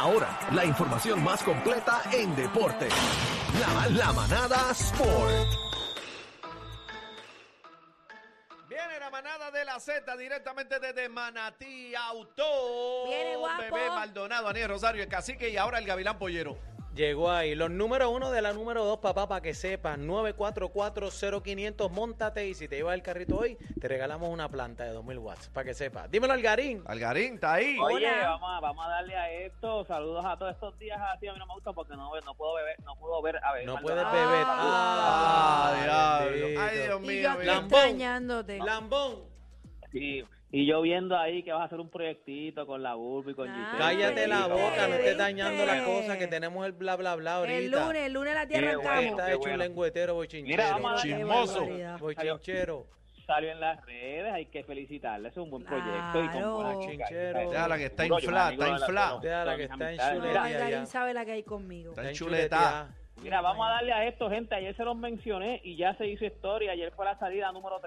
Ahora, la información más completa en deporte. La Manada Sport. Viene la manada de la Z directamente desde Manatí Auto. Viene guapo. Bebé Maldonado, Aniel Rosario, el Cacique y ahora el Gavilán Pollero. Llegó ahí. Los número 1 de la número 2, papá, para que sepas. 944-0500, móntate y si te llevas el carrito hoy, te regalamos una planta de 2000 watts, para que sepas. Dímelo, Algarín. Algarín, está ahí. Oye, vamos a darle a esto. Saludos a todos estos días así. A mí no me gusta porque no puedo beber. No puedo ver. A ver, No Maldonado. puedes beber. Diablo. Ay, Dios Y mío. yo aquí mira. Lambón. extrañándote. Lambón. Sí. Y yo viendo ahí que vas a hacer un proyectito con la Urbi, con Giselle. Cállate la ¿viste? boca, no estés ¿Viste? dañando las cosas, que tenemos el bla, bla, bla ahorita. El lunes la tierra Qué arrancamos. bueno. Está Qué hecho bueno. un lengüetero, Mira, bochinchero. vamos a darle. Chismoso. barbaridad. Bochinchero. Salió en las redes, hay que felicitarle, es un buen proyecto. Y Claro. con buena chica. Chinchero. Déjala que está Seguro, yo me inflada, alegro está de la- inflada. Déjala de que mis está en amistades. No, chuleta. Mira, Algarín sabe la que hay conmigo. Está en chuleteada. chuletada. Mira, vamos a darle a esto, gente. Ayer se los mencioné y ya se hizo historia. Ayer fue la salida número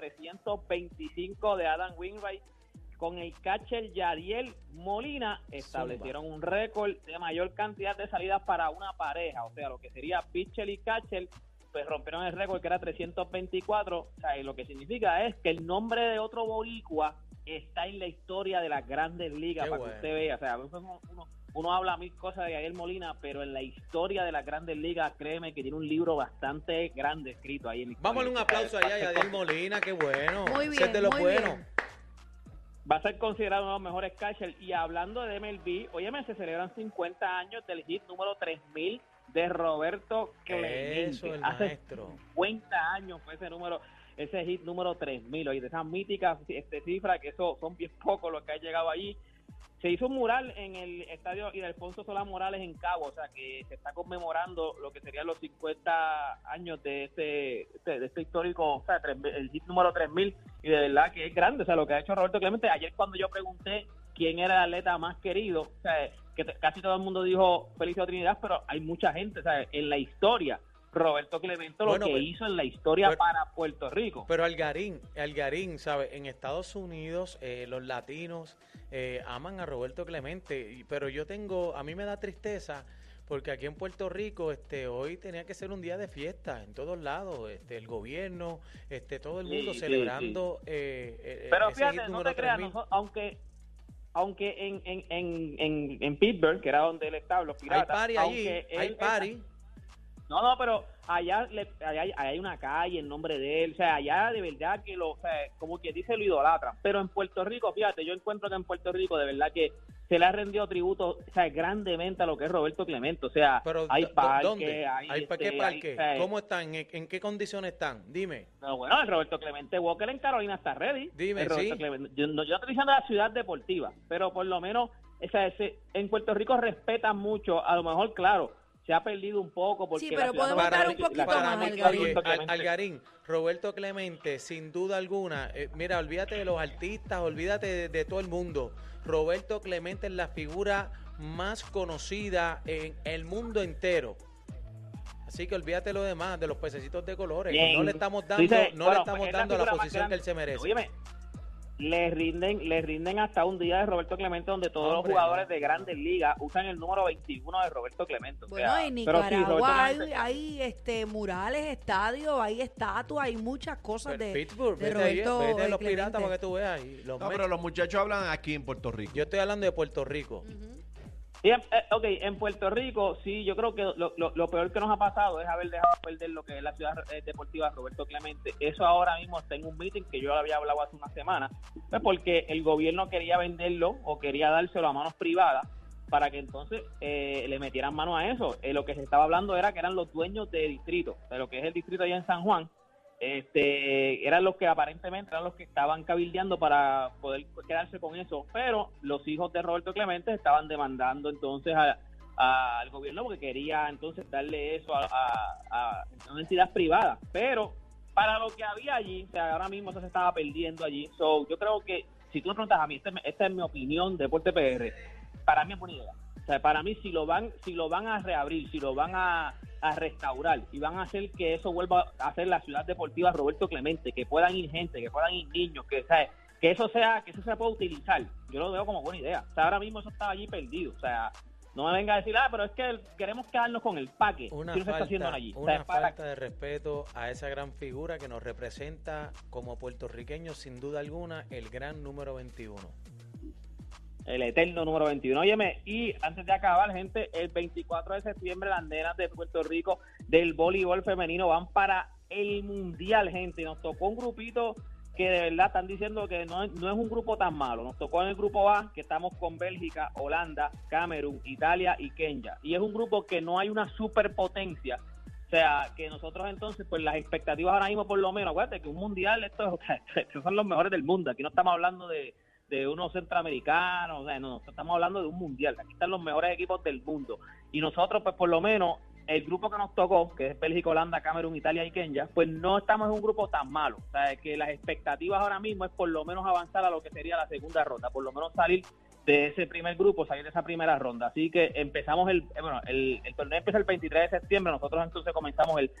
325 de Adam Wainwright. Con el catcher Yadiel Molina establecieron un récord de mayor cantidad de salidas para una pareja. O sea, lo que sería pitcher y catcher, pues rompieron el récord que era 324. O sea, y lo que significa es que el nombre de otro boricua está en la historia de las grandes ligas. Qué Para bueno. que usted vea. O sea, a veces uno habla mil cosas de Yadiel Molina, pero en la historia de las grandes ligas, créeme que tiene un libro bastante grande escrito ahí en la historia. Vamos a darle un aplauso allá a Yadiel Molina, qué bueno. Muy Ese bien, es de los muy buenos. bien. Va a ser considerado uno de los mejores catchers. Y hablando de MLB, óyeme, se celebran 50 años del hit número 3000 de Roberto Clemente. Eso, el Hace maestro. 50 años fue ese hit número 3000. Oye, de esas míticas cifras, que eso son bien pocos los que han llegado allí. Se hizo un mural en el estadio Ildefonso Solá Morales en Cabo, o sea que se está conmemorando lo que serían los 50 años de este histórico, o sea, el hit número 3000, y de verdad que es grande, o sea, lo que ha hecho Roberto Clemente. Ayer cuando yo pregunté quién era el atleta más querido, o sea, que casi todo el mundo dijo Felicio Trinidad, pero hay mucha gente, o sea, en la historia, Roberto Clemente Bueno, lo que pero- hizo en la historia pero- para Puerto Rico. Pero Algarín, ¿sabes? En Estados Unidos los latinos aman a Roberto Clemente, pero a mí me da tristeza porque aquí en Puerto Rico hoy tenía que ser un día de fiesta en todos lados, el gobierno, todo el mundo Sí, celebrando Pero ese fíjate, hit no número te creas, 3000. aunque en Pittsburgh, que era donde él estaba, los Hay Piratas, party allí, hay party. No, pero allá hay una calle en nombre de él, o sea, allá de verdad que o sea, como que dice, lo idolatran. Pero en Puerto Rico, fíjate, yo encuentro que en Puerto Rico de verdad que se le ha rendido tributo, o sea, grandemente a lo que es Roberto Clemente, o sea, Pero hay parques, ¿dónde? ¿Hay qué parque? o sea, ¿Cómo están? ¿En qué condiciones están? Dime. no, bueno, el Roberto Clemente Walker en Carolina está ready. Dime, El Roberto sí. Clemente, yo no estoy diciendo la ciudad deportiva, pero por lo menos o sea, en Puerto Rico respetan mucho, a lo mejor, claro, se ha perdido un poco porque Sí, pero la ciudad podemos de- dar un poquito para más, mí, Algarín. oye, Roberto Clemente. Algarín, Roberto Clemente, sin duda alguna, mira, olvídate de los artistas, olvídate de todo el mundo. Roberto Clemente es la figura más conocida en el mundo entero. Así que olvídate lo demás, de los pececitos de colores. Bien. No le estamos dando, Dice, no bueno, le estamos pues es la dando la figura más posición que él grande. se merece. Óyeme, le rinden hasta un día de Roberto Clemente donde todos Hombre, los jugadores no. de Grandes Ligas usan el número 21 de Roberto Clemente. O Bueno, sea, en pero sí, Roberto Nicaragua Clemente- hay murales, estadios, hay estatuas, hay muchas cosas Pero de Pittsburgh, de vete, ahí, Roberto vete a los Clemente. piratas para que tú veas. Y los No, Mets. pero los muchachos hablan aquí en Puerto Rico. Yo estoy hablando de Puerto Rico. Sí, ok, en Puerto Rico, sí, yo creo que lo peor que nos ha pasado es haber dejado perder lo que es la ciudad deportiva Roberto Clemente. Eso ahora mismo está en un meeting que yo le había hablado hace una semana, pues porque el gobierno quería venderlo o quería dárselo a manos privadas para que entonces le metieran mano a eso. Lo que se estaba hablando era que eran los dueños de distrito, de lo que es el distrito allá en San Juan, eran los que aparentemente eran los que estaban cabildeando para poder quedarse con eso, pero los hijos de Roberto Clemente estaban demandando entonces al gobierno porque quería entonces darle eso a una entidad privada, pero para lo que había allí, o sea, ahora mismo eso se estaba perdiendo allí. So, yo creo que si tú me preguntas a mí, esta es mi opinión de Deporte PR, para mí es buena idea. O sea, para mí, si lo van a reabrir, si lo van a restaurar y van a hacer que eso vuelva a ser la ciudad deportiva Roberto Clemente, que puedan ir gente, que puedan ir niños, que eso se pueda utilizar, yo lo veo como buena idea. O sea, ahora mismo eso estaba allí perdido. O sea, No me venga a decir, pero es que queremos quedarnos con el paque. Una ¿Qué no se está haciendo allí? Una falta de respeto a esa gran figura que nos representa como puertorriqueños, sin duda alguna, el gran número 21. El eterno número 21. Óyeme, y antes de acabar, gente, el 24 de septiembre las nenas de Puerto Rico del voleibol femenino van para el Mundial, gente. Nos tocó un grupito que de verdad están diciendo que no es un grupo tan malo. Nos tocó en el grupo A, que estamos con Bélgica, Holanda, Camerún, Italia y Kenia. Y es un grupo que no hay una superpotencia. O sea, que nosotros entonces, pues las expectativas ahora mismo por lo menos, acuérdate que un Mundial, estos son los mejores del mundo. Aquí no estamos hablando de unos centroamericanos, o sea, no, estamos hablando de un Mundial. Aquí están los mejores equipos del mundo. Y nosotros, pues por lo menos, el grupo que nos tocó, que es Bélgica, Holanda, Camerún, Italia y Kenia, pues no estamos en un grupo tan malo. O sea, que las expectativas ahora mismo es por lo menos avanzar a lo que sería la segunda ronda, por lo menos salir de ese primer grupo, salir de esa primera ronda. Así que empezamos el torneo empieza el 23 de septiembre, nosotros entonces comenzamos el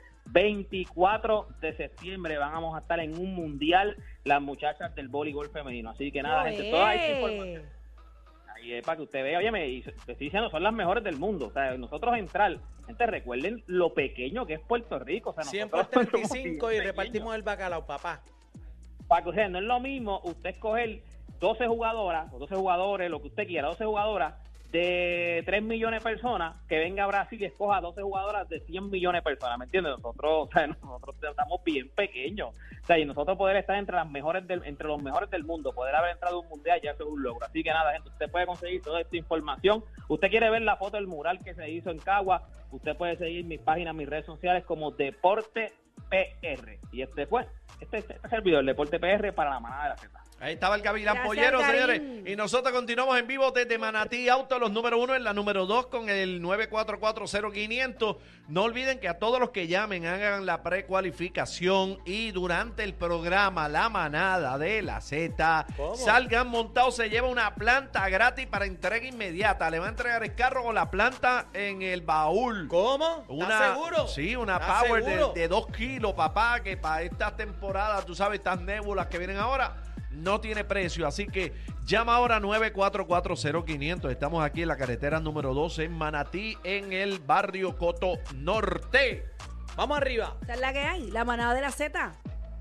24 de septiembre, vamos a estar en un mundial las muchachas del voleibol femenino. Así que nada, gente, toda esta información ahí es para que usted vea, oye, te estoy diciendo, son las mejores del mundo. O sea, nosotros entrar, gente, recuerden lo pequeño que es Puerto Rico. O sea, 100 por 35 y repartimos el bacalao, papá. Para que ustedes, no es lo mismo usted escoger 12 jugadoras o 12 jugadores, lo que usted quiera, 12 jugadoras de 3 millones de personas, que venga a Brasil y escoja 12 jugadoras de 100 millones de personas, ¿me entiendes? Nosotros estamos bien pequeños, o sea, y nosotros poder estar entre los mejores del mundo, poder haber entrado a un mundial, ya eso es un logro. Así que nada, gente, usted puede conseguir toda esta información. Usted quiere ver la foto del mural que se hizo en Cagua, usted puede seguir mis páginas, mis redes sociales como Deporte PR. Y este es el video, el Deporte PR para la manada de la Z. Ahí estaba el Gavilán Gracias, Pollero, Karim. señores. Y nosotros continuamos en vivo desde Manatí Auto, los número 1 en la número 2 con el 9440500. No olviden que a todos los que llamen hagan la precualificación y durante el programa La Manada de la Z salgan montados, se lleva una planta gratis para entrega inmediata. Le va a entregar el carro con la planta en el baúl. ¿Cómo? ¿Estás seguro? Sí, una ¿Estás Power seguro? de 2 kilos, papá, que para esta temporada, tú sabes, estas nébulas que vienen ahora, no tiene precio, así que llama ahora 9440500. Estamos aquí en la carretera número 12 en Manatí, en el barrio Coto Norte. Vamos arriba. Esa es la que hay, la manada de la Z.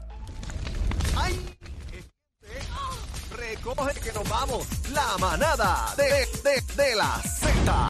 ¡Ay! Recoge que nos vamos. La manada de la Z.